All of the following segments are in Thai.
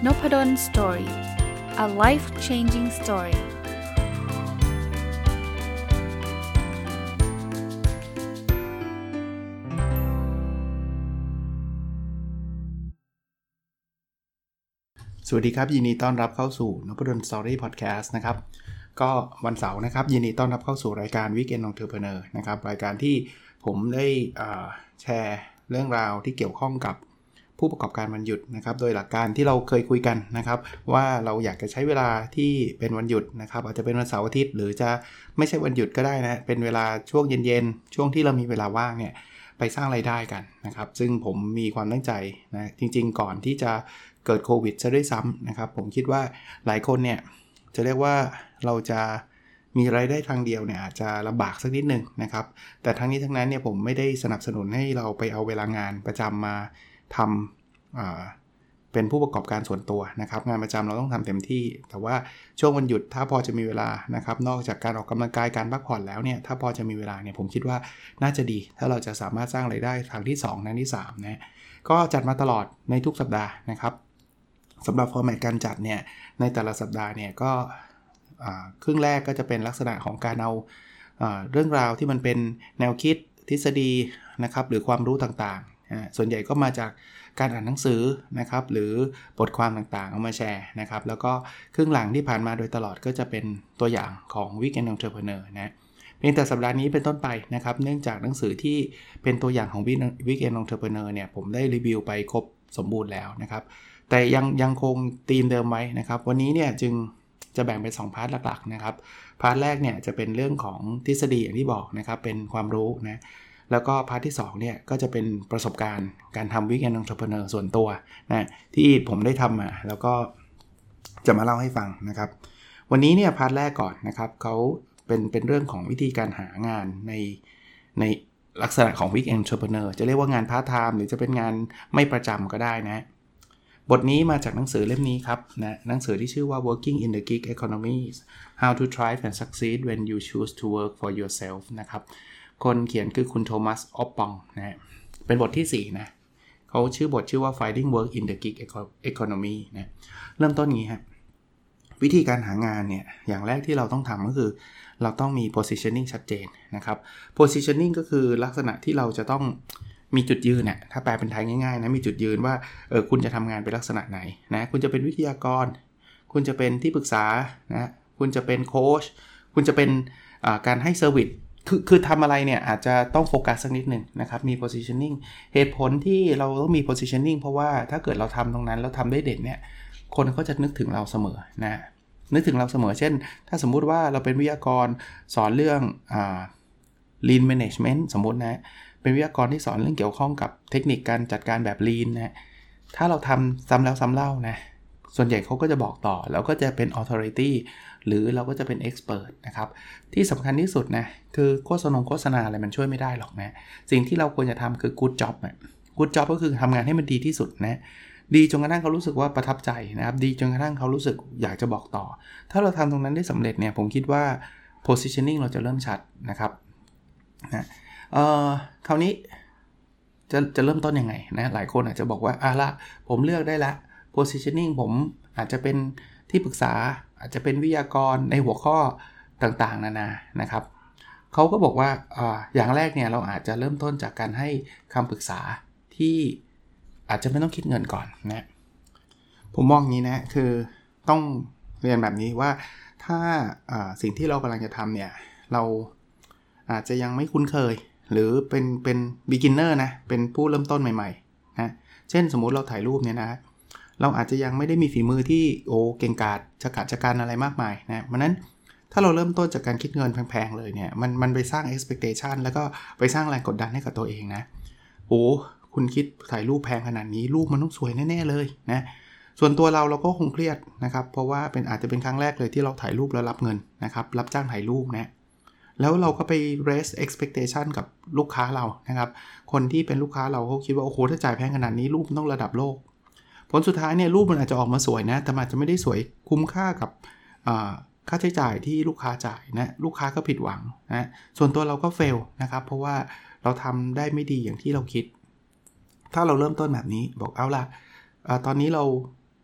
Noppadan Story. A life-changing story. สวัสดีครับยินดีต้อนรับเข้าสู่ Noppadan Story Podcast นะครับก็วันเสาร์นะครับยินดีต้อนรับเข้าสู่รายการ Weekend Entrepreneur นะครับรายการที่ผมได้แชร์เรื่องราวที่เกี่ยวข้องกับผู้ประกอบการวันหยุดนะครับโดยหลักการที่เราเคยคุยกันนะครับว่าเราอยากจะใช้เวลาที่เป็นวันหยุดนะครับอาจจะเป็นวันเสาร์อาทิตย์หรือจะไม่ใช่วันหยุดก็ได้นะเป็นเวลาช่วงเย็นๆช่วงที่เรามีเวลาว่างเนี่ยไปสร้างรายได้กันนะครับซึ่งผมมีความตั้งใจนะจริงๆก่อนที่จะเกิดโควิดซะด้วยซ้ำนะครับผมคิดว่าหลายคนเนี่ยจะเรียกว่าเราจะมีรายได้ทางเดียวเนี่ยอาจจะลำบากสักนิดนึงนะครับแต่ทั้งนี้ทั้งนั้นเนี่ยผมไม่ได้สนับสนุนให้เราไปเอาเวลางานประจำมาทำเป็นผู้ประกอบการส่วนตัวนะครับงานประจำเราต้องทำเต็มที่แต่ว่าช่วงวันหยุดถ้าพอจะมีเวลานะครับนอกจากการออกกำลังกายการพักผ่อนแล้วเนี่ยถ้าพอจะมีเวลาเนี่ยผมคิดว่าน่าจะดีถ้าเราจะสามารถสร้างรายได้ทางที่2ทางที่3นะก็จัดมาตลอดในทุกสัปดาห์นะครับสำหรับฟอร์แมตการจัดเนี่ยในแต่ละสัปดาห์เนี่ยก็ครึ่งแรกก็จะเป็นลักษณะของการเอาเรื่องราวที่มันเป็นแนวคิดทฤษฎีนะครับหรือความรู้ต่างๆส่วนใหญ่ก็มาจากการอ่านหนังสือนะครับหรือบทความต่างๆเอามาแชร์นะครับแล้วก็ครึ่งหลังที่ผ่านมาโดยตลอดก็จะเป็นตัวอย่างของ Weekend Entrepreneur นะเพียงแต่สัปดาห์นี้เป็นต้นไปนะครับเนื่องจากหนังสือที่เป็นตัวอย่างของ Weekend Entrepreneur เนี่ยผมได้รีวิวไปครบสมบูรณ์แล้วนะครับแต่ยังคงธีมเดิมไว้นะครับวันนี้เนี่ยจึงจะแบ่งเป็น2พาร์ทหลักๆนะครับพาร์ทแรกเนี่ยจะเป็นเรื่องของทฤษฎีอย่างที่บอกนะครับเป็นความรู้นะแล้วก็พาร์ทที่2เนี่ยก็จะเป็นประสบการณ์การทำ Weekend Entrepreneur ส่วนตัวนะที่ผมได้ทำมาแล้วก็จะมาเล่าให้ฟังนะครับวันนี้เนี่ยพาร์ทแรกก่อนนะครับเขาเป็นเรื่องของวิธีการหางานในลักษณะของ Weekend Entrepreneur จะเรียกว่างานพาร์ทไทม์หรือจะเป็นงานไม่ประจำก็ได้นะบทนี้มาจากหนังสือเล่มนี้ครับนะหนังสือที่ชื่อว่า Working in the Gig Economy How to Thrive and Succeed When You Choose to Work for Yourself นะครับคนเขียนคือคุณโทมัสออฟปองนะเป็นบทที่4นะเขาชื่อบทชื่อว่า Finding Work in the Gig Economy นะเริ่มต้นงี้ฮะวิธีการหางานเนี่ยอย่างแรกที่เราต้องทำก็คือเราต้องมี positioning ชัดเจนนะครับ positioning ก็คือลักษณะที่เราจะต้องมีจุดยืนเนี่ยถ้าแปลเป็นไทยง่ายๆนะมีจุดยืนว่าคุณจะทำงานเป็นลักษณะไหนนะคุณจะเป็นวิทยากรคุณจะเป็นที่ปรึกษานะคุณจะเป็นโค้ชคุณจะเป็นการให้เซอร์วิสคือทำอะไรเนี่ยอาจจะต้องโฟกัสสักนิดนึงนะครับมี positioning เหตุผลที่เราต้องมี positioning เพราะว่าถ้าเกิดเราทำตรงนั้นแล้วทำได้เด่นเนี่ยคนก็จะนึกถึงเราเสมอนะนึกถึงเราเสมอเช่นถ้าสมมุติว่าเราเป็นวิทยากรสอนเรื่องlean management สมมุตินะเป็นวิทยากรที่สอนเรื่องเกี่ยวข้องกับเทคนิคการจัดการแบบ lean นะถ้าเราทำซ้ำแล้วซ้ำเล่านะส่วนใหญ่เขาก็จะบอกต่อแล้วก็จะเป็น authority หรือเราก็จะเป็น expert นะครับที่สำคัญที่สุดนะคือโฆษณาอะไรมันช่วยไม่ได้หรอกนะสิ่งที่เราควรจะทำคือ good job good job ก็คือทำงานให้มันดีที่สุดนะดีจนกระทั่งเขารู้สึกว่าประทับใจนะครับดีจนกระทั่งเขารู้สึกอยากจะบอกต่อถ้าเราทำตรงนั้นได้สำเร็จเนี่ยผมคิดว่า positioning เราจะเริ่มชัดนะครับนะคราวนี้จะเริ่มต้นยังไงนะหลายคนอาจจะบอกว่าละผมเลือกได้ละ positioning ผมอาจจะเป็นที่ปรึกษาอาจจะเป็นวิทยากรในหัวข้อต่างๆนานานะครับเขาก็บอกว่าอย่างแรกเนี่ยเราอาจจะเริ่มต้นจากการให้คำปรึกษาที่อาจจะไม่ต้องคิดเงินก่อนนะผมมองอย่างนี้นะคือต้องเรียนแบบนี้ว่าถ้าสิ่งที่เรากำลังจะทำเนี่ยเราอาจจะยังไม่คุ้นเคยหรือเป็น beginner นะเป็นผู้เริ่มต้นใหม่ๆนะเช่นสมมุติเราถ่ายรูปเนี่ยนะเราอาจจะยังไม่ได้มีฝีมือที่เก่งกาจชะกาจชะกันอะไรมากมายนะเพราะนั้นถ้าเราเริ่มต้นจากการคิดเงินแพงๆเลยเนี่ยมันไปสร้าง expectation แล้วก็ไปสร้างแรงกดดันให้กับตัวเองนะคุณคิดถ่ายรูปแพงขนาดนี้รูปมันต้องสวยแน่ๆเลยนะส่วนตัวเราก็คงเครียดนะครับเพราะว่าอาจจะเป็นครั้งแรกเลยที่เราถ่ายรูปแล้วรับเงินนะครับรับจ้างถ่ายรูปนะแล้วเราก็ไป raise expectation กับลูกค้าเรานะครับคนที่เป็นลูกค้าเราเขาคิดว่าโอ้โหถ้าจ่ายแพงขนาดนี้รูปมันต้องระดับโลกผลสุดท้ายเนี่ยรูปมันอาจจะออกมาสวยนะแต่อาจจะไม่ได้สวยคุ้มค่ากับค่าใช้จ่ายที่ลูกค้าจ่ายนะลูกค้าก็ผิดหวังนะส่วนตัวเราก็เฟลนะครับเพราะว่าเราทำได้ไม่ดีอย่างที่เราคิดถ้าเราเริ่มต้นแบบนี้บอกเอาล่ะตอนนี้เรา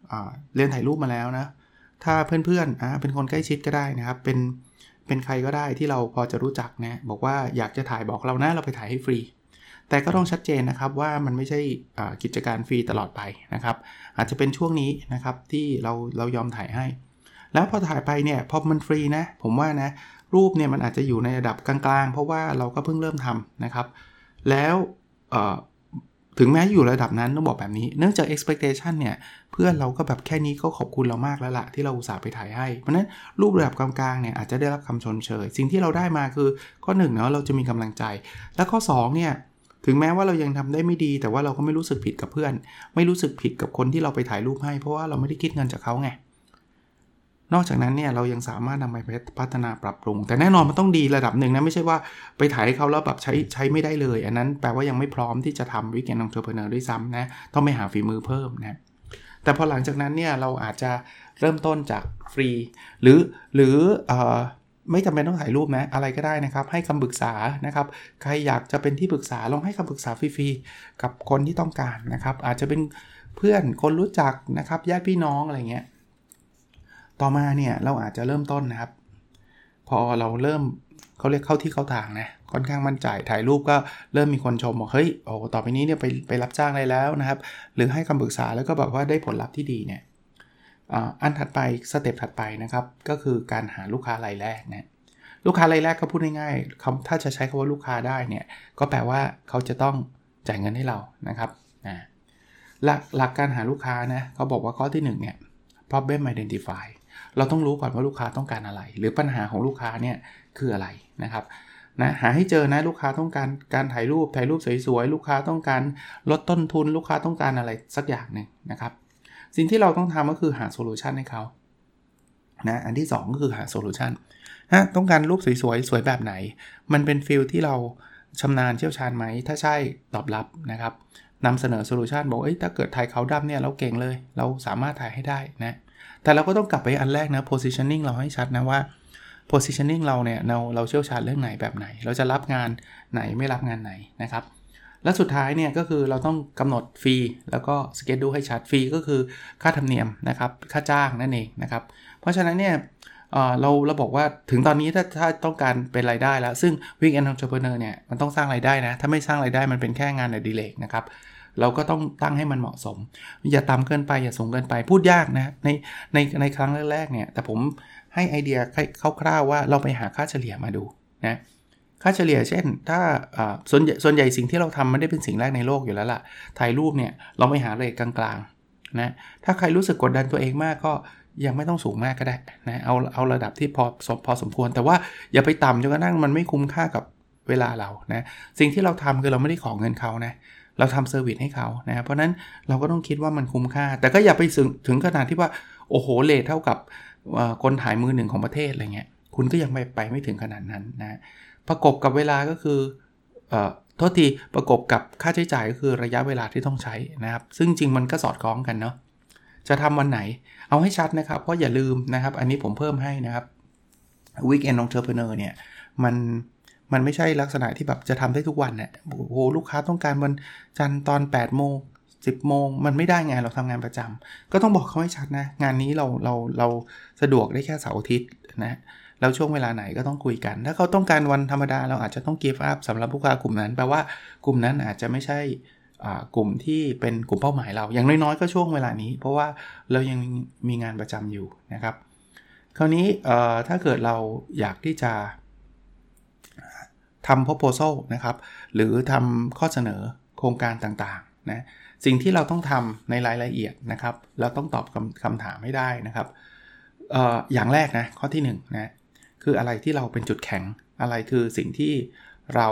เรียนถ่ายรูปมาแล้วนะถ้าเพื่อนๆเป็นคนใกล้ชิดก็ได้นะครับเป็นใครก็ได้ที่เราพอจะรู้จักนะบอกว่าอยากจะถ่ายบอกเรานะเราไปถ่ายให้ฟรีแต่ก็ต้องชัดเจนนะครับว่ามันไม่ใช่กิจการฟรีตลอดไปนะครับอาจจะเป็นช่วงนี้นะครับที่เรายอมถ่ายให้แล้วพอถ่ายไปเนี่ยพอมันฟรีนะผมว่านะรูปเนี่ยมันอาจจะอยู่ในระดับกลางๆเพราะว่าเราก็เพิ่งเริ่มทำนะครับแล้วถึงแม้อยู่ระดับนั้นต้องบอกแบบนี้เนื่องจาก expectation เนี่ยเพื่อนเราก็แบบแค่นี้ก็ขอบคุณเรามากแล้วล่ะที่เราอุตส่าห์ไปถ่ายให้เพราะนั้นรูประดับกลางๆเนี่ยอาจจะได้รับคำชมเชยสิ่งที่เราได้มาคือข้อ1เนาะเราจะมีกำลังใจและข้อ2เนี่ยถึงแม้ว่าเรายังทำได้ไม่ดีแต่ว่าเราก็ไม่รู้สึกผิดกับเพื่อนไม่รู้สึกผิดกับคนที่เราไปถ่ายรูปให้เพราะว่าเราไม่ได้คิดเงินจากเขาไงนอกจากนั้นเนี่ยเรายังสามารถนำไปพัฒนาปรับปรุงแต่แน่นอนมันต้องดีระดับหนึ่งนะไม่ใช่ว่าไปถ่ายให้เขาแล้วแบบใช้ไม่ได้เลยอันนั้นแปลว่ายังไม่พร้อมที่จะทำ Weekend Entrepreneur ด้วยซ้ำนะต้องไปหาฝีมือเพิ่มนะแต่พอหลังจากนั้นเนี่ยเราอาจจะเริ่มต้นจากฟรีหรือไม่จำเป็นต้องถ่ายรูปนะอะไรก็ได้นะครับให้คำปรึกษานะครับใครอยากจะเป็นที่ปรึกษาลองให้คำปรึกษาฟรีๆกับคนที่ต้องการนะครับอาจจะเป็นเพื่อนคนรู้จักนะครับญาติพี่น้องอะไรเงี้ยต่อมาเนี่ยเราอาจจะเริ่มต้นนะครับพอเราเริ่มเขาเรียกเข้าที่เข้าทางนะค่อนข้างมั่นใจถ่ายรูปก็เริ่มมีคนชมบอกเฮ้ยโอ้ต่อไปนี้เนี่ยไปรับจ้างได้แล้วนะครับหรือให้คำปรึกษาแล้วก็แบบว่าได้ผลลัพธ์ที่ดีเนี่ยอันถัดไปสเต็ปถัดไปนะครับก็คือการหาลูกค้ารายแรกนะลูกค้ารายแรกก็พูดง่ายๆถ้าจะใช้คำว่าลูกค้าได้เนี่ยก็แปลว่าเขาจะต้องจ่ายเงินให้เรานะครับหลักการหาลูกค้านะเขาบอกว่าข้อที่1เนี่ย problem identify เราต้องรู้ก่อนว่าลูกค้าต้องการอะไรหรือปัญหาของลูกค้าเนี่ยคืออะไรนะครับนะหาให้เจอนะลูกค้าต้องการถ่ายรูปสวยๆลูกค้าต้องการลดต้นทุนลูกค้าต้องการอะไรสักอย่างนึงนะครับสิ่งที่เราต้องทำก็คือหาโซลูชันให้เขานะอันที่2ก็คือหาโซลูชันต้องการรูปสวยๆสวยแบบไหนมันเป็นฟิลที่เราชำนาญเชี่ยวชาญไหมถ้าใช่ตอบรับนะครับนำเสนอโซลูชันบอกถ้าเกิดถ่ายขาวดำเนี่ยเราเก่งเลยเราสามารถถ่ายให้ได้นะแต่เราก็ต้องกลับไปอันแรกนะ positioning เราให้ชัดนะว่า positioning เราเนี่ยเราเชี่ยวชาญเรื่องไหนแบบไหนเราจะรับงานไหนไม่รับงานไหนนะครับและสุดท้ายเนี่ยก็คือเราต้องกำหนดฟรีแล้วก็สเกจดูให้ชัดฟรีก็คือค่าธรรมเนียมนะครับค่าจ้างนั่นเองนะครับเพราะฉะนั้นเนี่ยเราบอกว่าถึงตอนนี้ถ้าต้องการเป็นรายได้แล้วซึ่ง Weekend Entrepreneur เนี่ยมันต้องสร้างรายได้นะถ้าไม่สร้างรายได้มันเป็นแค่งานอดิเรกนะครับเราก็ต้องตั้งให้มันเหมาะสมอย่าต่ำเกินไปอย่าสูงเกินไปพูดยากนะในครั้งแรกๆเนี่ยแต่ผมให้ไอเดียคร่าวๆว่าเราไปหาค่าเฉลี่ยมาดูนะค่าเฉลี่ยเช่นถ้าส่วนใหญ่สิ่งที่เราทำไม่ได้เป็นสิ่งแรกในโลกอยู่แล้วล่ะถ่ายรูปเนี่ยเราไปหาเรทกลางๆนะถ้าใครรู้สึกกดดันตัวเองมากก็ยังไม่ต้องสูงมากก็ได้นะเอาระดับที่พอสมควรแต่ว่าอย่าไปต่ำจนกระทั่งมันไม่คุ้มค่ากับเวลาเรานะสิ่งที่เราทำคือเราไม่ได้ขอเงินเขานะเราทำเซอร์วิสให้เขานะเพราะนั้นเราก็ต้องคิดว่ามันคุ้มค่าแต่ก็อย่าไปถึงขนาดที่ว่าโอ้โหเรทเท่ากับคนถ่ายมือหนึ่งของประเทศอะไรเงี้ยคุณก็ยังไปไม่ถึงขนาดนั้นนะประกบกับเวลาก็คือโทษทีประกบกับค่าใช้จ่ายก็คือระยะเวลาที่ต้องใช้นะครับซึ่งจริงมันก็สอดคล้องกันเนาะจะทำวันไหนเอาให้ชัดนะครับเพราะอย่าลืมนะครับอันนี้ผมเพิ่มให้นะครับ Weekend Entrepreneur เนี่ยมันไม่ใช่ลักษณะที่แบบจะทำได้ทุกวันเนี่ยโอ้โหลูกค้าต้องการวันจันทร์ตอน 8 โมง 10 โมงมันไม่ได้ไงเราทำงานประจำก็ต้องบอกเขาให้ชัดนะงานนี้เราสะดวกได้แค่เสาร์อาทิตย์นะแล้วช่วงเวลาไหนก็ต้องคุยกันถ้าเขาต้องการวันธรรมดาเราอาจจะต้อง give up สำหรับลูกค้ากลุ่มนั้นแปลว่ากลุ่มนั้นอาจจะไม่ใช่กลุ่มที่เป็นกลุ่มเป้าหมายเราอย่างน้อยๆก็ช่วงเวลานี้เพราะว่าเรายังมีงานประจำอยู่นะครับคราวนี้ถ้าเกิดเราอยากที่จะทำ proposal นะครับหรือทำข้อเสนอโครงการต่างๆนะสิ่งที่เราต้องทำในรายละเอียดนะครับเราต้องตอบคำถามให้ได้นะครับอย่างแรกนะข้อที่1นะคืออะไรที่เราเป็นจุดแข็งอะไรคือสิ่งที่เรา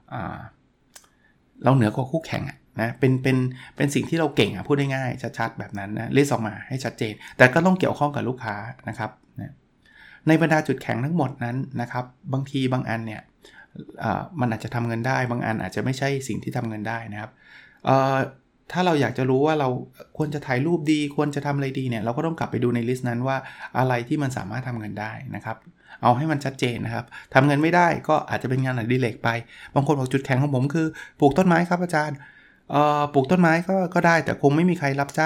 เหนือกว่าคู่แข่งนะเป็นสิ่งที่เราเก่งพูดได้ง่ายชัดๆแบบนั้นนะลิสต์ออกมาให้ชัดเจนแต่ก็ต้องเกี่ยวข้องกับลูกค้านะครับนะในบรรดาจุดแข็งทั้งหมดนั้นนะครับบางทีบางอันเนี่ยมันอาจจะทำเงินได้บางอันอาจจะไม่ใช่สิ่งที่ทำเงินได้นะครับถ้าเราอยากจะรู้ว่าเราควรจะถ่ายรูปดีควรจะทำอะไรดีเนี่ยเราก็ต้องกลับไปดูในลิสต์นั้นว่าอะไรที่มันสามารถทำเงินได้นะครับเอาให้มันชัดเจนนะครับทำเงินไม่ได้ก็อาจจะเป็นงานอดิเรกไปบางคนบอกจุดแข็งของผมคือปลูกต้นไม้ครับอาจารย์ปลูกต้นไม้ก็ได้แต่คงไม่มีใครรับจ้าง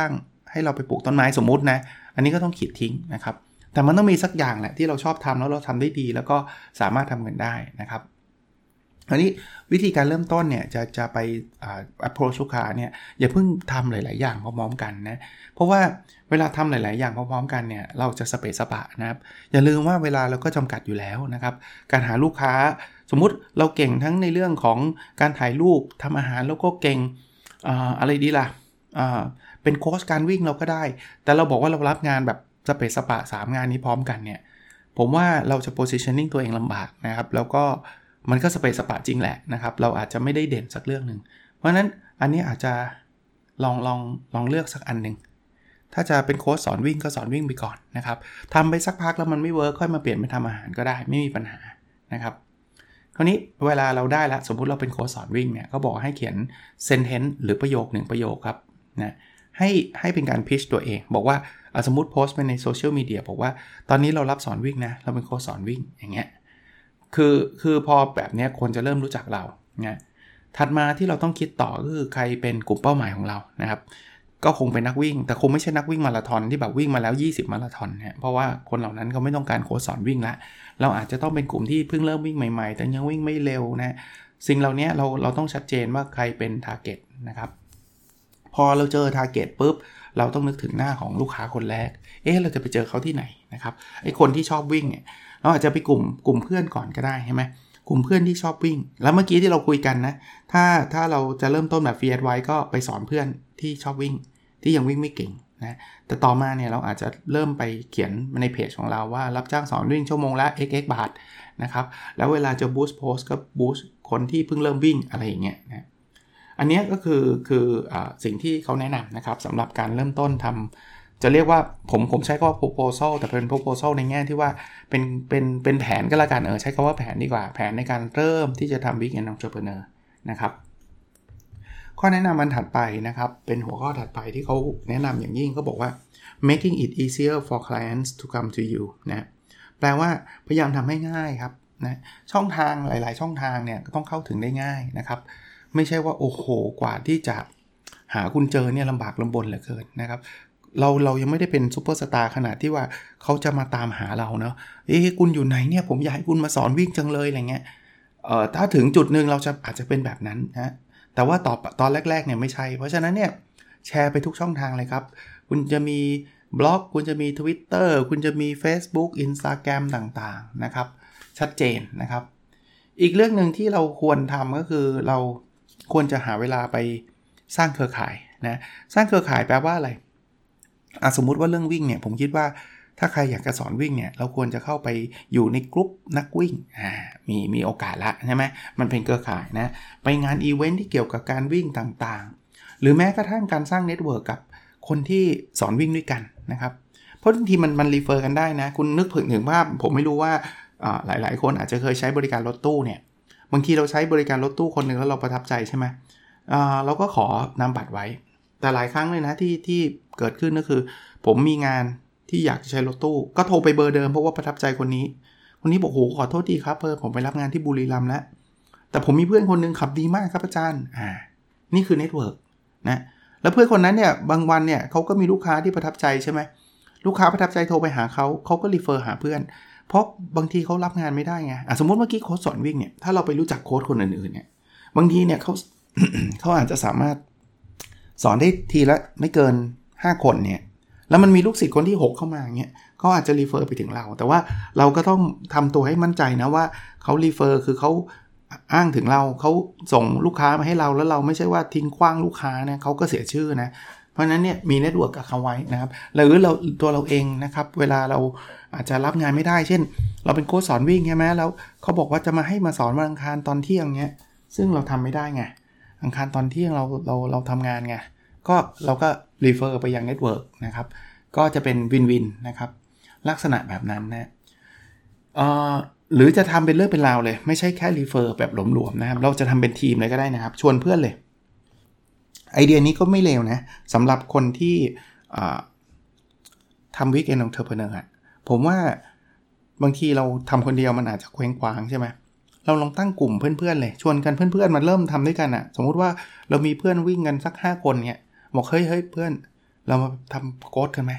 ให้เราไปปลูกต้นไม้สมมุตินะอันนี้ก็ต้องขีดทิ้งนะครับแต่มันต้องมีสักอย่างแหละที่เราชอบทำแล้วเราทำได้ดีแล้วก็สามารถทำเงินได้นะครับอันนี้วิธีการเริ่มต้นเนี่ยจะไปapproach ลูกค้าเนี่ยอย่าเพิ่งทำหลายๆอย่างพร้อมๆกันนะเพราะว่าเวลาทำหลายๆอย่างพร้อมๆกันเนี่ยเราจะสเปซสปะนะครับอย่าลืมว่าเวลาเราก็จำกัดอยู่แล้วนะครับการหาลูกค้าสมมุติเราเก่งทั้งในเรื่องของการถ่ายรูปทำอาหารแล้วก็เก่งอะไรดีล่ะเป็นโค้ชการวิ่งเราก็ได้แต่เราบอกว่าเรารับงานแบบสเปซสปะ3งานนี้พร้อมกันเนี่ยผมว่าเราจะ positioning ตัวเองลำบากนะครับแล้วก็มันก็สเปซสปะจริงแหละนะครับเราอาจจะไม่ได้เด่นสักเรื่องนึงเพราะนั้นอันนี้อาจจะลองเลือกสักอันนึงถ้าจะเป็นโค้ชสอนวิ่งก็สอนวิ่งไปก่อนนะครับทำไปสักพักแล้วมันไม่เวิร์คค่อยมาเปลี่ยนไปทำอาหารก็ได้ไม่มีปัญหานะครับคราวนี้เวลาเราได้แล้วสมมุติเราเป็นโค้ชสอนวิ่งเนี่ยเขาบอกให้เขียนเซนเทนซ์หรือประโยค1ประโยคครับนะให้เป็นการพิชตัวเองบอกว่าสมมุติโพสต์ไปในโซเชียลมีเดียบอกว่าตอนนี้เรารับสอนวิ่งนะเราเป็นโค้ชสอนวิ่งอย่างเงี้ยคือพอแบบนี้คนจะเริ่มรู้จักเรานะถัดมาที่เราต้องคิดต่อก็คือใครเป็นกลุ่มเป้าหมายของเรานะครับก็คงเป็นนักวิ่งแต่คงไม่ใช่นักวิ่งมาราธอนที่แบบวิ่งมาแล้ว20มาราธอนนะเพราะว่าคนเหล่านั้นเขาไม่ต้องการโค้ชสอนวิ่งละเราอาจจะต้องเป็นกลุ่มที่เพิ่งเริ่มวิ่งใหม่ๆแต่ยังวิ่งไม่เร็วนะสิ่งเหล่านี้เราต้องชัดเจนว่าใครเป็น target นะครับพอเราเจอ target ปุ๊บเราต้องนึกถึงหน้าของลูกค้าคนแรกเราจะไปเจอเขาที่ไหนนะครับไอ้คนที่ชอบวิ่งเนี่ยเราอาจจะไปกลุ่มเพื่อนก่อนก็ได้ใช่ไหมกลุ่มเพื่อนที่ชอบวิ่งแล้วเมื่อกี้ที่เราคุยกันนะถ้าเราจะเริ่มต้นแบบ free advice ก็ไปสอนเพื่อนที่ชอบวิ่งที่ยังวิ่งไม่เก่งนะแต่ต่อมาเนี่ยเราอาจจะเริ่มไปเขียนในเพจของเราว่ารับจ้างสอนวิ่งชั่วโมงละ xx บาทนะครับแล้วเวลาจะ boost post ก็ boost คนที่เพิ่งเริ่มวิ่งอะไรอย่างเงี้ยนะอันนี้ก็คือสิ่งที่เขาแนะนำนะครับสำหรับการเริ่มต้นทำจะเรียกว่าผมใช้คำว่า proposal แต่เป็น proposal ในแง่ที่ว่าเป็นแผนก็แล้วกันใช้คำว่าแผนดีกว่าแผนในการเริ่มที่จะทำ Weekend Entrepreneur นะครับข้อแนะนำมันถัดไปนะครับเป็นหัวข้อถัดไปที่เขาแนะนำอย่างยิ่งเขาบอกว่า making it easier for clients to come to you นะแปลว่าพยายามทำให้ง่ายครับนะช่องทางหลายๆช่องทางเนี่ยก็ต้องเข้าถึงได้ง่ายนะครับไม่ใช่ว่าโอ้โหกว่าที่จะหาคุณเจอเนี่ยลำบากลำบนเหลือเกินนะครับเรายังไม่ได้เป็นซุปเปอร์สตาร์ขนาดที่ว่าเขาจะมาตามหาเราเนาะคุณอยู่ไหนเนี่ยผมอยากให้คุณมาสอนวิ่งจังเลยอะไรเงี้ยถ้าถึงจุดนึงเราจะอาจจะเป็นแบบนั้นนะแต่ว่าตอนแรกๆเนี่ยไม่ใช่เพราะฉะนั้นเนี่ยแชร์ไปทุกช่องทางเลยครับคุณจะมีบล็อกคุณจะมี Twitter คุณจะมี Facebook Instagram ต่างๆนะครับชัดเจนนะครับอีกเรื่องนึงที่เราควรทำก็คือเราควรจะหาเวลาไปสร้างเครือข่ายนะสร้างเครือข่ายแปลว่าอะไรสมมุติว่าเรื่องวิ่งเนี่ยผมคิดว่าถ้าใครอยากจะสอนวิ่งเนี่ยเราควรจะเข้าไปอยู่ในกลุ่มนักวิ่งมีโอกาสละใช่ไหมมันเป็นเครือข่ายนะไปงานอีเวนท์ที่เกี่ยวกับการวิ่งต่างๆหรือแม้กระทั่งการสร้างเน็ตเวิร์กกับคนที่สอนวิ่งด้วยกันนะครับเพราะบางทีมันรีเฟอร์กันได้นะคุณนึกถึงว่าผมไม่รู้ว่าหลายๆคนอาจจะเคยใช้บริการรถตู้เนี่ยบางทีเราใช้บริการรถตู้คนนึงแล้วเราประทับใจใช่ไหมเราก็ขอนำบัตรไว้แต่หลายครั้งเลยนะที่เกิดขึ้นก็คือผมมีงานที่อยากจะใช้รถตู้ก็โทรไปเบอร์เดิมเพราะว่าประทับใจคนนี้บอกโหขอโทษทีครับผมไปรับงานที่บุรีรัมย์แล้วแต่ผมมีเพื่อนคนนึงขับดีมากครับอาจารย์นี่คือเน็ตเวิร์กนะแล้วเพื่อนคนนั้นเนี่ยบางวันเนี่ยเขาก็มีลูกค้าที่ประทับใจใช่ไหมลูกค้าประทับใจโทรไปหาเขาก็รีเฟอร์หาเพื่อนเพราะบางทีเขารับงานไม่ได้ไงสมมติเมื่อกี้โค้ชสอนวิ่งเนี่ยถ้าเราไปรู้จักโค้ชคนอื่นๆเนี่ยบางทีเนี่ยเขา เขาอาจจะสามารถสอนได้ทีละไม่เกิน5คนเนี่ยแล้วมันมีลูกศิษย์คนที่6เข้ามาอย่างเงี้ยเขาอาจจะรีเฟอร์ไปถึงเราแต่ว่าเราก็ต้องทำตัวให้มั่นใจนะว่าเขารีเฟอร์คือเขาอ้างถึงเราเขาส่งลูกค้ามาให้เราแล้วเราไม่ใช่ว่าทิ้งขว้างลูกค้านะเขาก็เสียชื่อนะเพราะนั้นเนี่ยมีเน็ตเวิร์กกับเขาไว้นะครับหรือตัวเราเองนะครับเวลาเราอาจจะรับงานไม่ได้เช่นเราเป็นโค้ชสอนวิ่งใช่ไหมแล้วเขาบอกว่าจะมาให้มาสอนวันอังคารตอนเที่ยงเงี้ยซึ่งเราทำไม่ได้ไงอังคารตอนเที่ยงเราทำงานไงก็เราก็รีเฟอร์ไปยังเน็ตเวิร์กนะครับก็จะเป็นวินวินนะครับลักษณะแบบนั้นนะหรือจะทำเป็นเรื่องเป็นราวเลยไม่ใช่แค่รีเฟอร์แบบหลวมๆนะครับเราจะทำเป็นทีมเลยก็ได้นะครับชวนเพื่อนเลยไอเดียนี้ก็ไม่เลวนะสำหรับคนที่ทำ Weekend Entrepreneur ผมว่าบางทีเราทำคนเดียวมันอาจจะเคว้งคว้างใช่ไหมเราลองตั้งกลุ่มเพื่อนๆเลยชวนกันเพื่อนๆมาเริ่มทำด้วยกันสมมุติว่าเรามีเพื่อนวิ่งกันสัก5คนเนี่ยบอกเฮ้ยเพื่อนเรามาทำโค้ดกันไหม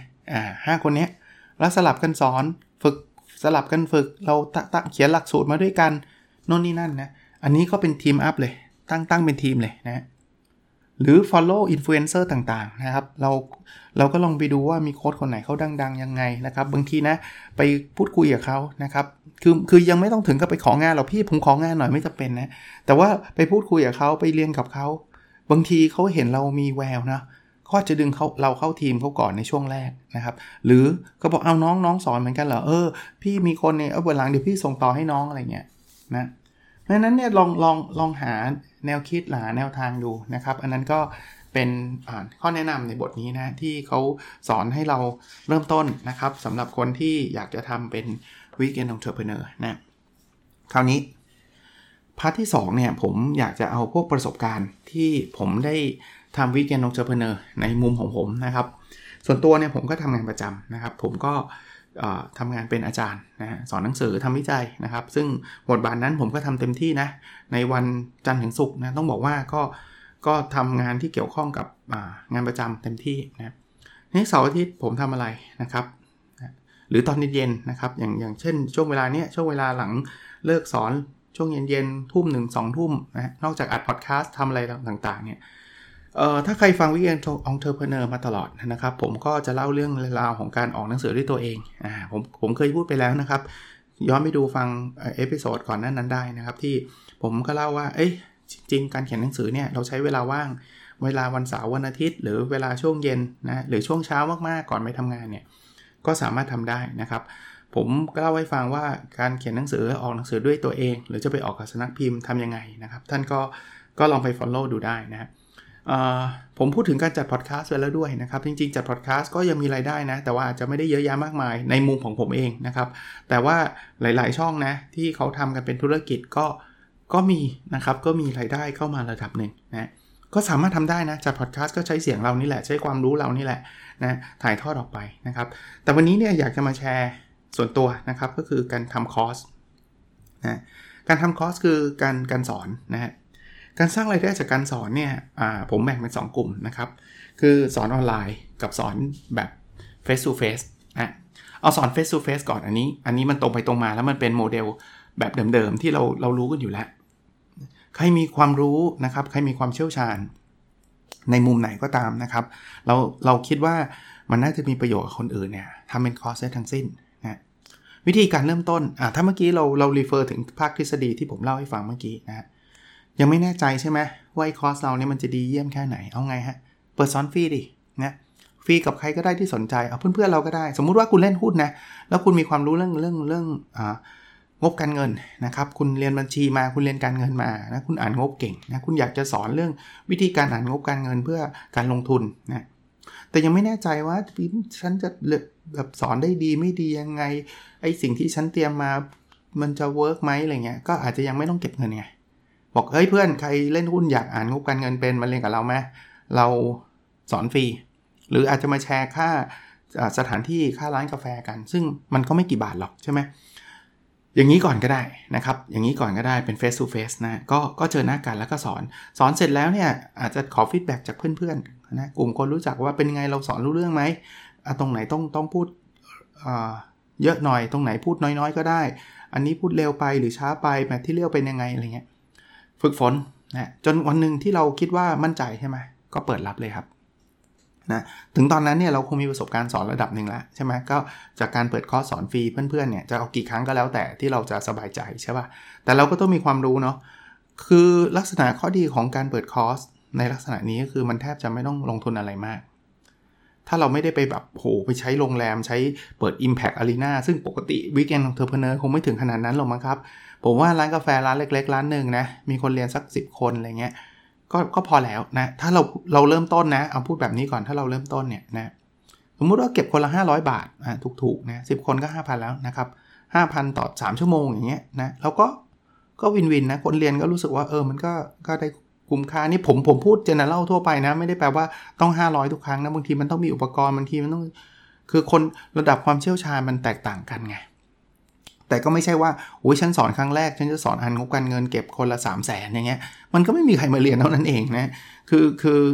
5 คนนี้แล้วสลับกันสอนฝึกสลับกันฝึกเราเขียนหลักสูตรมาด้วยกันโน่นนี่นั่นนะอันนี้ก็เป็นทีมอัพเลยตั้งเป็นทีมเลยนะหรือ follow influencer ต่างๆนะครับเราก็ลองไปดูว่ามีโค้ชคนไหนเขาดังๆยังไงนะครับบางทีนะไปพูดคุยกับเขานะครับคือยังไม่ต้องถึงกับไปของานหรอกพี่ผมของานหน่อยไม่จำเป็นนะแต่ว่าไปพูดคุยกับเขาไปเรียนกับเขาบางทีเขาเห็นเรามีแววนะก็จะดึงเราเข้าทีมเขาก่อนในช่วงแรกนะครับหรือก็บอกเอาน้องสอนเหมือนกันเหรอพี่มีคนเนี่ยวันหลังเดี๋ยวพี่ส่งต่อให้น้องอะไรเงี้ยนะเพราะฉะนั้นเนี่ยลองหาแนวคิดหาแนวทางดูนะครับอันนั้นก็เป็นข้อแนะนำในบทนี้นะที่เขาสอนให้เราเริ่มต้นนะครับสำหรับคนที่อยากจะทำเป็น Weekend Entrepreneur นะคราวนี้พาร์ทที่2เนี่ยผมอยากจะเอาพวกประสบการณ์ที่ผมได้ทำ Weekend Entrepreneur ในมุมของผมนะครับส่วนตัวเนี่ยผมก็ทำงานประจำนะครับผมก็ทำงานเป็นอาจารย์นะสอนหนังสือทำวิจัยนะครับซึ่งบทบาทนั้นผมก็ทำเต็มที่นะในวันจันทร์ถึงศุกร์นะต้องบอกว่าก็ทำงานที่เกี่ยวข้องกับงานประจำเต็มที่นะในเสาร์อาทิตย์ผมทำอะไรนะครับหรือตอนเย็นๆนะครับอย่างเช่นช่วงเวลาเนี้ยช่วงเวลาหลังเลิกสอนช่วงเย็นๆทุ่ม 1-2 ทุ่มนะนอกจากอัดพอดแคสต์ทำอะไรต่างๆเนี่ยถ้าใครฟัง Weekend Entrepreneur มาตลอดนะครับผมก็จะเล่าเรื่องราวของการออกหนังสือด้วยตัวเองผมเคยพูดไปแล้วนะครับย้อนไปดูฟังเอพิโซดก่อนนั้นได้นะครับที่ผมก็เล่าว่าจริงๆการเขียนหนังสือเนี่ยเราใช้เวลาว่างเวลาวันเสาร์วันอาทิตย์หรือเวลาช่วงเย็นนะหรือช่วงเช้ามากๆก่อนไปทำงานเนี่ยก็สามารถทำได้นะครับผมก็เล่าให้ฟังว่าการเขียนหนังสือออกหนังสือด้วยตัวเองหรือจะไปออกกับสำนักพิมพ์ทำยังไงนะครับท่านก็ลองไป follow ดูได้นะผมพูดถึงการจัดพอดแคสต์ไว้แล้วด้วยนะครับจริงๆจัดพอดแคสต์ก็ยังมีรายได้นะแต่ว่าอาจจะไม่ได้เยอะแยะมากมายในมุมของผมเองนะครับแต่ว่าหลายๆช่องนะที่เขาทำกันเป็นธุรกิจก็มีนะครับก็มีรายได้เข้ามาระดับหนึ่งนะก็สามารถทำได้นะจัดพอดแคสต์ก็ใช้เสียงเรานี่แหละใช้ความรู้เรานี่แหละนะถ่ายทอดออกไปนะครับแต่วันนี้เนี่ยอยากจะมาแชร์ส่วนตัวนะครับก็คือการทำคอร์สนะการทำคอร์สคือการสอนนะฮะการสร้างรายได้จากการสอนเนี่ยผมแบ่งเป็น2กลุ่มนะครับคือสอนออนไลน์กับสอนแบบ face to face นะเอาสอน face to face ก่อนอันนี้มันตรงไปตรงมาแล้วมันเป็นโมเดลแบบเดิมๆที่เรารู้กันอยู่แล้วใครมีความรู้นะครับใครมีความเชี่ยวชาญในมุมไหนก็ตามนะครับเราคิดว่ามันน่าจะมีประโยชน์กับคนอื่นเนี่ยทำเป็นคอร์สได้ทั้งสิ้นนะวิธีการเริ่มต้นถ้าเมื่อกี้เรารีเฟอร์ถึงภาคทฤษฎีที่ผมเล่าให้ฟังเมื่อกี้นะยังไม่แน่ใจใช่ไหมว่าคอร์สเราเนี่ยมันจะดีเยี่ยมแค่ไหนเอาไงฮะเปิดสอนฟรีดินะฟรีกับใครก็ได้ที่สนใจเอาเพื่อนๆเราก็ได้สมมุติว่าคุณเล่นหุ้นนะแล้วคุณมีความรู้เรื่องงบการเงินนะครับคุณเรียนบัญชีมาคุณเรียนการเงินมานะคุณอ่านงบเก่งนะคุณอยากจะสอนเรื่องวิธีการอ่านงบการเงินเพื่อการลงทุนนะแต่ยังไม่แน่ใจว่าฉันจะแบบสอนได้ดีไม่ดียังไงไอ้สิ่งที่ฉันเตรียมมามันจะเวิร์กไหมอะไรเงี้ยก็อาจจะยังไม่ต้องเก็บเงินไงบอกเฮ้ยเพื่อนใครเล่นหุ้นอยากอ่านงบการเงินเป็นมาเรียนกับเราไหมเราสอนฟรีหรืออาจจะมาแชร์ค่าสถานที่ค่าร้านกาแฟกันซึ่งมันก็ไม่กี่บาทหรอกใช่ไหมอย่างนี้ก่อนก็ได้นะครับอย่างนี้ก่อนก็ได้เป็น face to face นะก็เจอหน้ากันแล้วก็สอนเสร็จแล้วเนี่ยอาจจะขอฟีดแบ็กจากเพื่อนๆนะกลุ่มคนรู้จักว่าเป็นไงเราสอนรู้เรื่องไหมตรงไหนต้องพูดเยอะหน่อยตรงไหนพูดน้อยๆก็ได้อันนี้พูดเร็วไปหรือช้าไปแบบที่เรียกเป็นยังไงอะไรเงี้ยฝึกฝนนะจนวันนึงที่เราคิดว่ามั่นใจใช่ไหมก็เปิดรับเลยครับนะถึงตอนนั้นเนี่ยเราคงมีประสบการณ์สอนระดับหนึ่งแล้วใช่ไหมก็จากการเปิดคอร์สสอนฟรีเพื่อนๆเนี่ยจะเอากี่ครั้งก็แล้วแต่ที่เราจะสบายใจใช่ป่ะแต่เราก็ต้องมีความรู้เนาะคือลักษณะข้อดีของการเปิดคอร์สในลักษณะนี้ก็คือมันแทบจะไม่ต้องลงทุนอะไรมากถ้าเราไม่ได้ไปแบบโหไปใช้โรงแรมใช้เปิด Impact Arena ซึ่งปกติ Weekend Entrepreneur คงไม่ถึงขนาดนั้นหรอกมั้งครับผมว่าร้านกาแฟร้านเล็กๆร้านนึงนะมีคนเรียนสัก10คนอะไรเงี้ยก็พอแล้วนะถ้าเราเริ่มต้นนะเอาพูดแบบนี้ก่อนถ้าเราเริ่มต้นเนี่ยนะสมมุติว่าเก็บคนละ500 บาทถูกๆนะ10คนก็ 5,000 แล้วนะครับ 5,000 ต่อ3ชั่วโมงอย่างเงี้ยนะแล้วก็วินๆนะคนเรียนก็รู้สึกว่ามันก็ได้คุ้มค่านี่ผมพูด general ทั่วไปนะไม่ได้แปลว่าต้อง500ทุกครั้งนะบางทีมันต้องมีอุปกรณ์บางทีมันต้องคือคนระดับความเชี่ยวชาญมันแตกต่างกันไงแต่ก็ไม่ใช่ว่าโอ้ยฉันสอนครั้งแรกฉันจะสอนอ่านงบการเงินเก็บคนละ 300,000 อย่างเงี้ยมันก็ไม่มีใครมาเรียนเท่านั้นเองนะคือ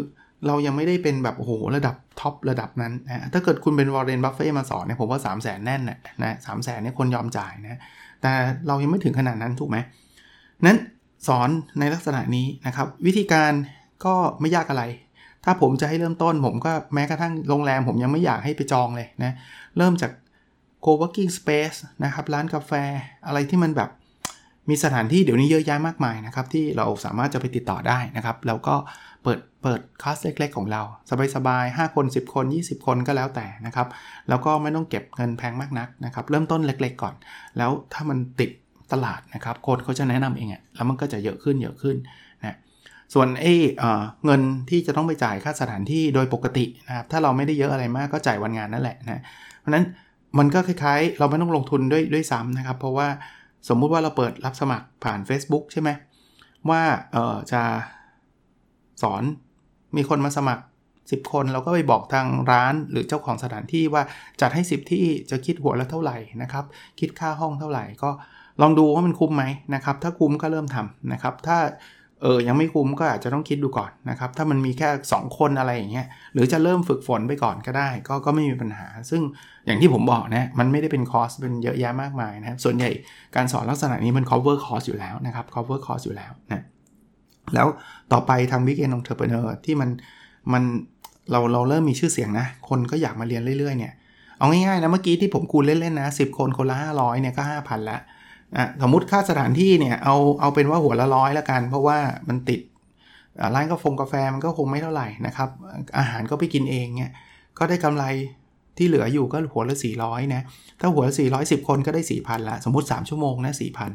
เรายังไม่ได้เป็นแบบโอ้โหระดับท็อประดับนั้นนะถ้าเกิดคุณเป็นวอร์เรน บัฟเฟตต์มาสอนเนี่ยผมว่า 300,000 แน่นนะ 300,000 เนี่ยคนยอมจ่ายนะแต่เรายังไม่ถึงขนาดนั้นถูกไหมนั้นสอนในลักษณะนี้นะครับวิธีการก็ไม่ยากอะไรถ้าผมจะให้เริ่มต้นผมก็แม้กระทั่งโรงแรมผมยังไม่อยากให้ไปจองเลยนะเริ่มจาก co-working space นะครับร้านกาแฟอะไรที่มันแบบมีสถานที่เดี๋ยวนี้เยอะแยะมากมายนะครับที่เราสามารถจะไปติดต่อได้นะครับแล้วก็เปิดคลาสเล็กๆของเราสบายๆ5คน10คน20คนก็แล้วแต่นะครับแล้วก็ไม่ต้องเก็บเงินแพงมากนักนะครับเริ่มต้นเล็กๆก่อนแล้วถ้ามันติดตลาดนะครับคนเขาจะแนะนำเองแล้วมันก็จะเยอะขึ้นนะส่วนเงินที่จะต้องไปจ่ายค่าสถานที่โดยปกตินะครับถ้าเราไม่ได้เยอะอะไรมากก็จ่ายวันงานนั่นแหละนะเพราะนั้นมันก็คล้ายๆเราไม่ต้องลงทุนด้วยซ้ำนะครับเพราะว่าสมมุติว่าเราเปิดรับสมัครผ่าน Facebook ใช่ไหมว่าจะสอนมีคนมาสมัคร10คนเราก็ไปบอกทางร้านหรือเจ้าของสถานที่ว่าจัดให้10ที่จะคิดหัวละเท่าไหร่นะครับคิดค่าห้องเท่าไหร่ก็ลองดูว่ามันคุ้มไหมนะครับถ้าคุ้มก็เริ่มทำนะครับถ้ายังไม่คุ้มก็อาจจะต้องคิดดูก่อนนะครับถ้ามันมีแค่2คนอะไรอย่างเงี้ยหรือจะเริ่มฝึกฝนไปก่อนก็ได้ก็ไม่มีปัญหาซึ่งอย่างที่ผมบอกนะมันไม่ได้เป็นคอร์สเป็นเยอะแยะมากมายนะส่วนใหญ่การสอนลักษณะนี้มัน cover cost อยู่แล้วนะครับ cover cost อยู่แล้วนะแล้วต่อไปทาง Weekend Entrepreneur ที่มันเราเริ่มมีชื่อเสียงนะคนก็อยากมาเรียนเรื่อยๆเนี่ยเอาง่ายๆนะเมื่อกี้ที่ผมคูณเล่นๆนะ10คนคนละ500เนี่ยก็ 5,000 แล้วสมมุติค่าสถานที่เนี่ยเอาเป็นว่าหัวละ100แล้วกันเพราะว่ามันติดร้านกาแฟมันก็คงไม่เท่าไหร่นะครับอาหารก็ไปกินเองเนี่ยก็ได้กำไรที่เหลืออยู่ก็หัวละ400นะถ้าหัวละ400 10คนก็ได้ 4,000 ละสมมุติ3ชั่วโมงนะ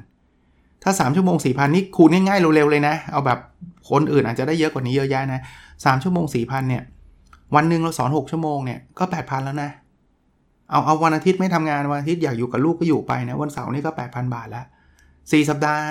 4,000 ถ้า3ชั่วโมง 4,000 นี่คูณง่ายๆเร็วๆเลยนะเอาแบบคนอื่นอาจจะได้เยอะกว่านี้เยอะแยะนะ3ชั่วโมง 4,000 เนี่ยวันนึงเราสอน6ชั่วโมงเนี่ยก็ 8,000 แล้วนะเอาวันอาทิตย์ไม่ทำงานวันอาทิตย์อยากอยู่กับลูกก็อยู่ไปนะวันเสาร์นี่ก็ 8,000 บาทแล้ว4สัปดาห์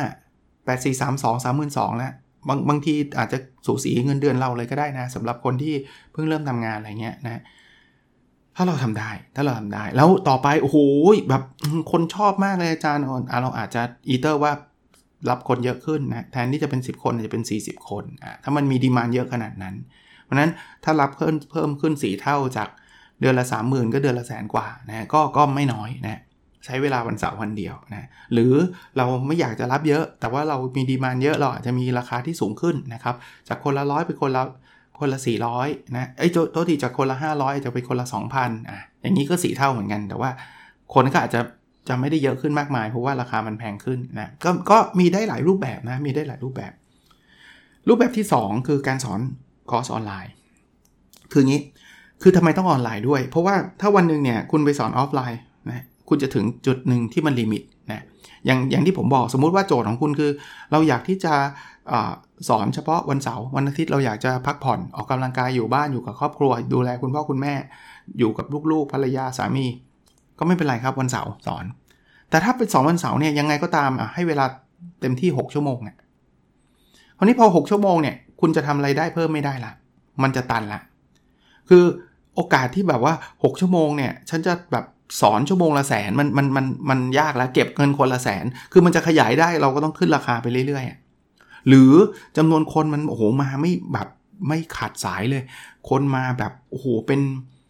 8 4 3 2 32,000แล้วบางทีอาจจะสูสีเงินเดือนเราเลยก็ได้นะสำหรับคนที่เพิ่งเริ่มทำงานอะไรเงี้ยนะถ้าเราทำได้แล้วต่อไปโอ้โหแบบคนชอบมากเลยอาจารย์เราอาจจะอีเตอร์ว่ารับคนเยอะขึ้นนะแทนที่จะเป็น10คนอาจจะเป็น40คนถ้ามันมีดีมานด์เยอะขนาดนั้นเพราะนั้นถ้ารับเพิ่มขึ้น4เท่าจากเดือนละ 30,000 ก็เดือนละ100,000 กว่านะก็ไม่น้อยนะใช้เวลาวันเสาร์วันเดียวนะหรือเราไม่อยากจะรับเยอะแต่ว่าเรามีดีมานด์เยอะเราอาจจะมีราคาที่สูงขึ้นนะครับจากคนละ100เป็นคนละ400นะโทษทีจากคนละ500จะเป็นคนละ 2,000 อย่างนี้ก็4เท่าเหมือนกันแต่ว่าคนก็อาจจะไม่ได้เยอะขึ้นมากมายเพราะว่าราคามันแพงขึ้นนะก็มีได้หลายรูปแบบนะมีได้หลายรูปแบบที่2คือการสอนคอร์สออนไลน์คืองี้คือทำไมต้องออนไลน์ด้วยเพราะว่าถ้าวันนึงเนี่ยคุณไปสอนออฟไลน์นะคุณจะถึงจุดหนึ่งที่มันลิมิตนะอย่างที่ผมบอกสมมุติว่าโจทย์ของคุณคือเราอยากที่จะสอนเฉพาะวันเสาร์วันอาทิตย์เราอยากจะพักผ่อนออกกำลังกายอยู่บ้านอยู่กับครอบครัวดูแลคุณพ่อคุณแม่อยู่กับลูกๆภรรยาสามีก็ไม่เป็นไรครับวันเสาร์สอนแต่ถ้าเป็น2วันเสาร์เนี่ยยังไงก็ตามให้เวลาเต็มที่6ชั่วโมงเนี่ยคราวนี้พอ6ชั่วโมงเนี่ยคุณจะทำอะไรได้เพิ่มไม่ได้ละมันจะตันละคือโอกาสที่แบบว่า6ชั่วโมงเนี่ยฉันจะแบบสอนชั่วโมงละแสนมันยากแล้วเก็บเงินคนละแสนคือมันจะขยายได้เราก็ต้องขึ้นราคาไปเรื่อยๆหรือจำนวนคนมันโอ้โหมาไม่แบบไม่ขาดสายเลยคนมาแบบโอ้โหเป็น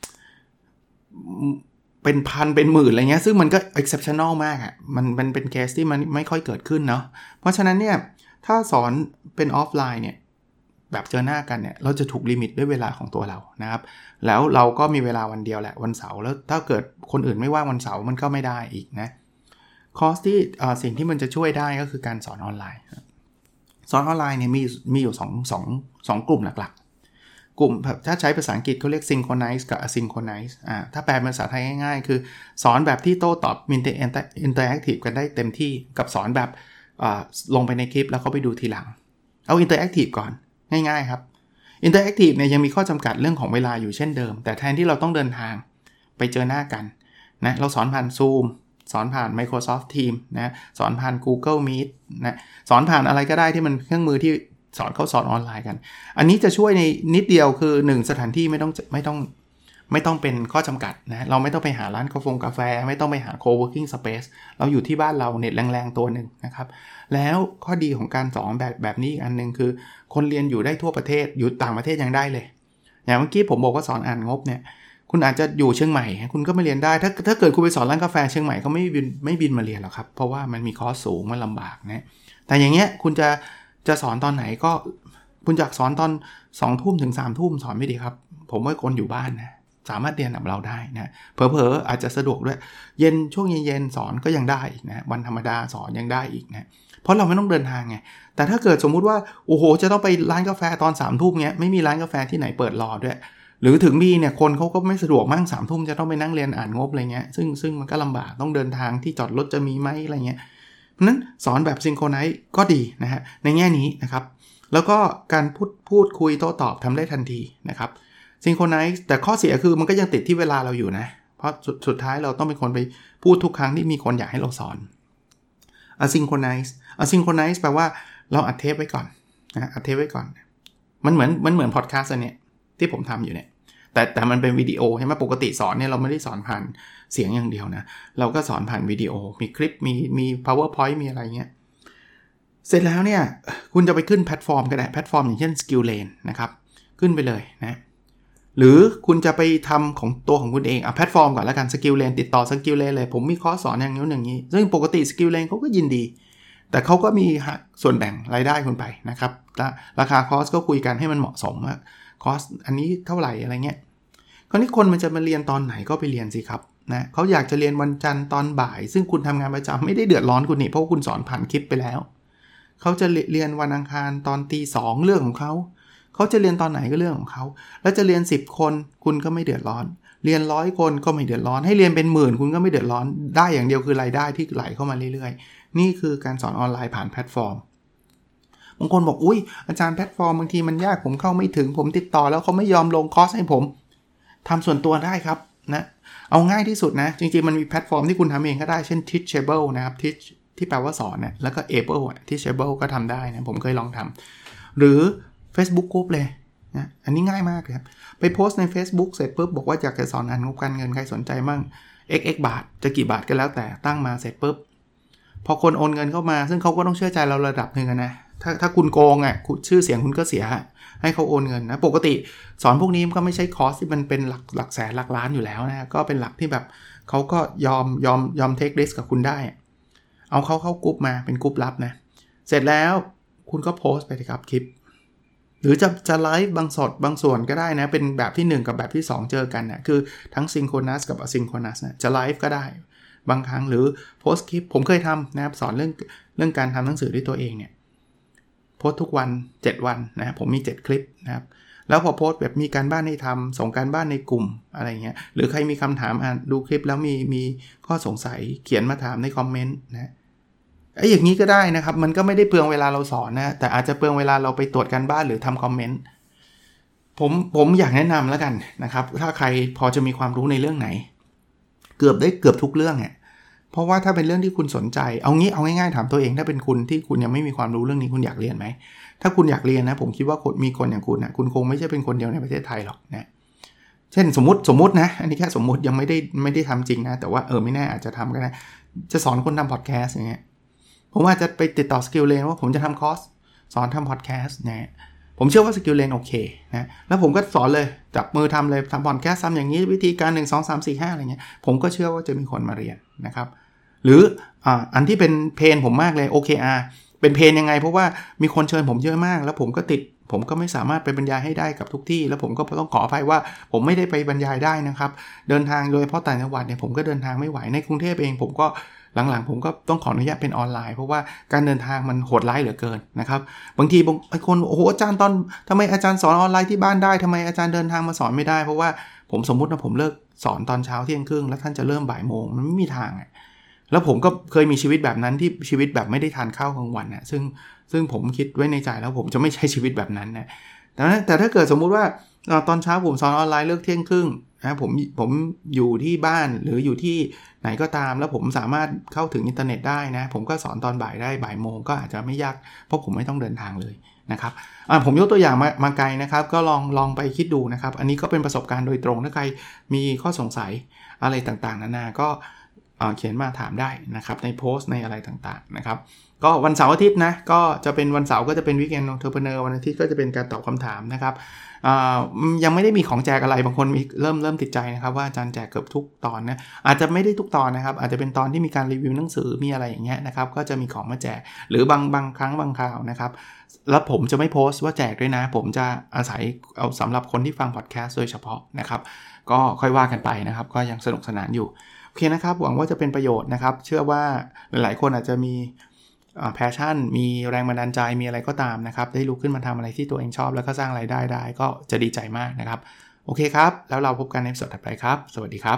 พันเป็นหมื่นอะไรเงี้ยซึ่งมันก็ exceptional มากมันเป็นเคสที่มันไม่ค่อยเกิดขึ้นเนาะเพราะฉะนั้นเนี่ยถ้าสอนเป็นออฟไลน์เนี่ยแบบเจอหน้ากันเนี่ยเราจะถูกลิมิตด้วยเวลาของตัวเรานะครับแล้วเราก็มีเวลาวันเดียวแหละวันเสาร์แล้วถ้าเกิดคนอื่นไม่ว่างวันเสาร์มันก็ไม่ได้อีกนะคอร์สที่สิ่งที่มันจะช่วยได้ก็คือการสอนออนไลน์สอนออนไลน์เนี่ยมีอยู่2กลุ่มหลักๆกลุ่มถ้าใช้ภาษาอังกฤษเขาเรียก synchronize กับ asynchronous ถ้าแปลเป็นภาษาไทยง่ายๆคือสอนแบบที่โต้ตอบinteractive กันได้เต็มที่กับสอนแบบลงไปในคลิปแล้วเขาไปดูทีหลังเอา interactive ก่อนง่ายๆครับ Interactive เนี่ยยังมีข้อจำกัดเรื่องของเวลาอยู่เช่นเดิมแต่แทนที่เราต้องเดินทางไปเจอหน้ากันนะเราสอนผ่าน Zoom สอนผ่าน Microsoft Teams นะสอนผ่าน Google Meet นะสอนผ่านอะไรก็ได้ที่มันเครื่องมือที่สอนเข้าสอนออนไลน์กันอันนี้จะช่วยในนิดเดียวคือ1สถานที่ไม่ต้องเป็นข้อจำกัดนะเราไม่ต้องไปหาร้านกาแฟไม่ต้องไปหา co-working space เราอยู่ที่บ้านเราเน็ตแรงๆตัวนึงนะครับแล้วข้อดีของการสอนแบบนี้อีกอันนึงคือคนเรียนอยู่ได้ทั่วประเทศอยู่ต่างประเทศยังได้เลยอย่างเมื่อกี้ผมบอกว่าสอนอ่านงบเนี่ยคุณอาจจะอยู่เชียงใหม่คุณก็ไม่เรียนได้ถ้าเกิดคุณไปสอนร้านกาแฟเชียงใหม่เขาไม่บินมาเรียนหรอกครับเพราะว่ามันมีคอสสูงมันลำบากนะแต่อย่างเงี้ยคุณจะสอนตอนไหนก็คุณอยากสอนตอน 20:00 ถึง 3:00 สอนไม่ดีครับผมว่าคนอยู่บ้านนะสามารถเรียนกับเราได้นะเผลอๆอาจจะสะดวกด้วยเย็นช่วงเย็นๆสอนก็ยังได้นะวันธรรมดาสอนยังได้อีกนะเพราะเราไม่ต้องเดินทางไงแต่ถ้าเกิดสมมุติว่าโอ้โหจะต้องไปร้านกาแฟตอน 3:00 เงี้ยไม่มีร้านกาแฟที่ไหนเปิดรอด้วยหรือถึงมีเนี่ยคนเขาก็ไม่สะดวกมั่ง 3:00 จะต้องไปนั่งเรียนอ่านงบอะไรเงี้ยซึ่งมันก็ลำบากต้องเดินทางที่จอดรถจะมีไหมอะไรเงี้ยเพราะนั้นสอนแบบซิงโครไนซ์ก็ดีนะฮะในแง่นี้นะครับแล้วก็การพูดคุยโต้ตอบทำได้ทันทีนะครับซิงโครไนซ์แต่ข้อเสียคือมันก็ยังติดที่เวลาเราอยู่นะเพราะสุดท้ายเราต้องเป็นคนไปพูดทุกครั้งที่มีคนอยากให้เราสอน asynchronous แปลว่าเราอัดเทปไว้ก่อนนะอัดเทปไว้ก่อนมันเหมือนพอดแคสต์เนี่ยที่ผมทำอยู่เนี่ยแต่มันเป็นวิดีโอใช่ไหมปกติสอนเนี่ยเราไม่ได้สอนผ่านเสียงอย่างเดียวนะเราก็สอนผ่านวิดีโอมีคลิปมี PowerPoint มีอะไรเงี้ยเสร็จแล้วเนี่ยคุณจะไปขึ้นแพลตฟอร์มก็ได้แพลตฟอร์มอย่างเช่น Skillane นะครับขึ้นไปเลยนะหรือคุณจะไปทำของตัวของคุณเองแพลตฟอร์มก่อนแล้วกัน Skillane ติดต่อ Skillane เลยผมมีคอร์สสอนอย่างนี้อย่างนี้ซึ่งปกติ Skillane เขาก็ยินดีแต่เขาก็มีส่วนแบ่งรายได้คุณไปนะครับราคาคอร์สก็คุยกันให้มันเหมาะสมว่าคอร์สอันนี้เท่าไหร่อะไรเงี้ยคราวนี้คนมันจะมาเรียนตอนไหนก็ไปเรียนสิครับนะเขาอยากจะเรียนวันจันทร์ตอนบ่ายซึ่งคุณทำงานประจำไม่ได้เดือดร้อนคุณนี่เพราะคุณสอนผ่านคลิปไปแล้วเขาจะเรียนวันอังคารตอน 2:00 เรื่องของเขาจะเรียนตอนไหนก็เรื่องของเขาแล้วจะเรียน10คนคุณก็ไม่เดือดร้อนเรียน100คนก็ไม่เดือดร้อนให้เรียนเป็นหมื่นคุณก็ไม่เดือดร้อนได้อย่างเดียวคือรายได้ที่ไหลเข้ามาเรื่อยๆนี่คือการสอนออนไลน์ผ่านแพลตฟอร์มบางคนบอกอุ้ยอาจารย์แพลตฟอร์มบางทีมันยากผมเข้าไม่ถึงผมติดต่อแล้วเขาไม่ยอมลงคอร์สให้ผมทำส่วนตัวได้ครับนะเอาง่ายที่สุดนะจริงๆมันมีแพลตฟอร์มที่คุณทำเองก็ได้เช่น Teachable นะครับ Teach ที่แปลว่าสอนเนี่ยแล้วก็ Able Teachable ก็ทำได้นะผมเคยลองทำหรือ Facebook Group เลยนะอันนี้ง่ายมากเลยครับไปโพสต์ใน Facebook เสร็จปุ๊บบอกว่าอยากจะสอนงบการเงินใครสนใจมั่ง xx บาทจะกี่บาทก็แล้วแต่ตั้งมาเสร็จปุ๊บพอคนโอนเงินเข้ามาซึ่งเขาก็ต้องเชื่อใจเราระดับนึงนะถ้าคุณโกงชื่อเสียงคุณก็เสียให้เขาโอนเงินนะปกติสอนพวกนี้มันก็ไม่ใช่คอร์สที่มันเป็นหลักแสนหลักล้านอยู่แล้วนะก็เป็นหลักที่แบบเขาก็ยอมเทคริสกับคุณได้เอาเขาเข้ากรุ๊ปมาเป็นกรุ๊ปลับนะเสร็จแล้วคุณก็โพสต์ไปครับคลิปหรือจะไลฟ์บางส่วนก็ได้นะเป็นแบบที่1กับแบบที่2เจอกันนะคือทั้งซิงโครนัสกับอะซิงโครนัสนะจะไลฟ์ก็ได้บางครั้งหรือโพสต์คลิปผมเคยทำนะครับสอนเรื่องการทำหนังสือด้วยตัวเองเนี่ยโพสต์ทุกวัน7วันนะผมมี7คลิปนะครับแล้วพอโพสต์แบบมีการบ้านให้ทำส่งการบ้านในกลุ่มอะไรเงี้ยหรือใครมีคำถามดูคลิปแล้วมีข้อสงสัยเขียนมาถามในคอมเมนต์นะอย่างนี้ก็ได้นะครับมันก็ไม่ได้เปลืองเวลาเราสอนนะแต่อาจจะเปลืองเวลาเราไปตรวจการบ้านหรือทำคอมเมนต์ผมอยากแนะนำแล้วกันนะครับถ้าใครพอจะมีความรู้ในเรื่องไหนเกือบทุกเรื่องเนี่ยเพราะว่าถ้าเป็นเรื่องที่คุณสนใจเอาง่ายๆถามตัวเองถ้าเป็นคุณที่คุณยังไม่มีความรู้เรื่องนี้คุณอยากเรียนไหมถ้าคุณอยากเรียนนะผมคิดว่ามีคนอย่างคุณนะคุณคงไม่ใช่เป็นคนเดียวในประเทศไทยหรอกนะเช่นสมมตินะอันนี้แค่สมมติยังไม่ได้ทำจริงนะแต่ว่าไม่แน่อาจจะทำก็ได้จะสอนคนทำพอดแคสต์อย่างเงี้ยผมอาจจะไปติดต่อ Skillane ว่าผมจะทำคอร์สสอนทำพอดแคสต์นะผมเชื่อว่า Skillane โอเคนะแล้วผมก็สอนเลยจับมือทำเลยทำพอดแคสต์ทำอย่างนี้วิธีการ1 2 3 4 5อะไรเงี้ยผมก็เชื่อว่าจะมีคนมาเรียนนะครับหรืออันที่เป็นเพนผมมากเลย OKR เป็นเพนยังไงเพราะว่ามีคนเชิญผมเยอะมากแล้วผมก็ติดผมก็ไม่สามารถไปบรรยายให้ได้กับทุกที่แล้วผมก็ต้องขออภัยว่าผมไม่ได้ไปบรรยายได้นะครับเดินทางโดยเฉพาะต่างจังหวัดเนี่ยผมก็เดินทางไม่ไหวในกรุงเทพเองผมก็หลังๆผมก็ต้องขออนุญาตเป็นออนไลน์เพราะว่าการเดินทางมันโหดร้ายเหลือเกินนะครับบางทีไอ้คนโอ้โหอาจารย์ทำไมอาจารย์สอนออนไลน์ที่บ้านได้ทำไมอาจารย์เดินทางมาสอนไม่ได้เพราะว่าผมสมมุติว่าผมเลิกสอนตอนเช้าเที่ยงครึ่งแล้วท่านจะเริ่มบ่ายโมงมันไม่มีทางแล้วผมก็เคยมีชีวิตแบบนั้นที่ชีวิตแบบไม่ได้ทานข้าวกลางวันนะซึ่งผมคิดไว้ในใจแล้วผมจะไม่ใช้ชีวิตแบบนั้นนะแต่ถ้าเกิดสมมุติว่าตอนเช้าผมสอนออนไลน์เลิกเที่ยงครึ่งนะผมอยู่ที่บ้านหรืออยู่ที่ไหนก็ตามแล้วผมสามารถเข้าถึงอินเทอร์เน็ตได้นะผมก็สอนตอนบ่ายได้บ่ายโมงก็อาจจะไม่ยากเพราะผมไม่ต้องเดินทางเลยนะครับผมยกตัวอย่างมาไกลนะครับก็ลองไปคิดดูนะครับอันนี้ก็เป็นประสบการณ์โดยตรงถ้าใครมีข้อสงสัยอะไรต่างๆนานาก็เขียนมาถามได้นะครับในโพสต์ในอะไรต่างๆนะครับก็วันเสาร์อาทิตย์นะก็จะเป็นวันเสาร์ก็จะเป็น Weekend Entrepreneur วันอาทิตย์ก็จะเป็นการตอบคำถามนะครับยังไม่ได้มีของแจกอะไรบางคนเริ่มติดใจนะครับว่าอาจารย์แจกเกือบทุกตอนนะอาจจะไม่ได้ทุกตอนนะครับอาจจะเป็นตอนที่มีการรีวิวหนังสือมีอะไรอย่างเงี้ยนะครับก็จะมีของมาแจกหรือบางครั้งบางคราวนะครับแล้วผมจะไม่โพสต์ว่าแจกด้วยนะผมจะอาศัยเอาสำหรับคนที่ฟังพอดแคสต์โดยเฉพาะนะครับก็ค่อยว่ากันไปนะครับก็ยังสนุกสนานอยู่โอเคนะครับหวังว่าจะเป็นประโยชน์นะครับเชื่อว่าหลายๆคนอาจจะมีแพชชั่นมีแรงบันดาลใจมีอะไรก็ตามนะครับได้ลุกขึ้นมาทำอะไรที่ตัวเองชอบแล้วก็สร้างรายได้ได้ก็จะดีใจมากนะครับโอเคครับแล้วเราพบกันในตอนถัดไปครับสวัสดีครับ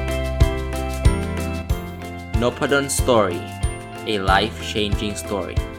Nopadon Story, a life-changing story.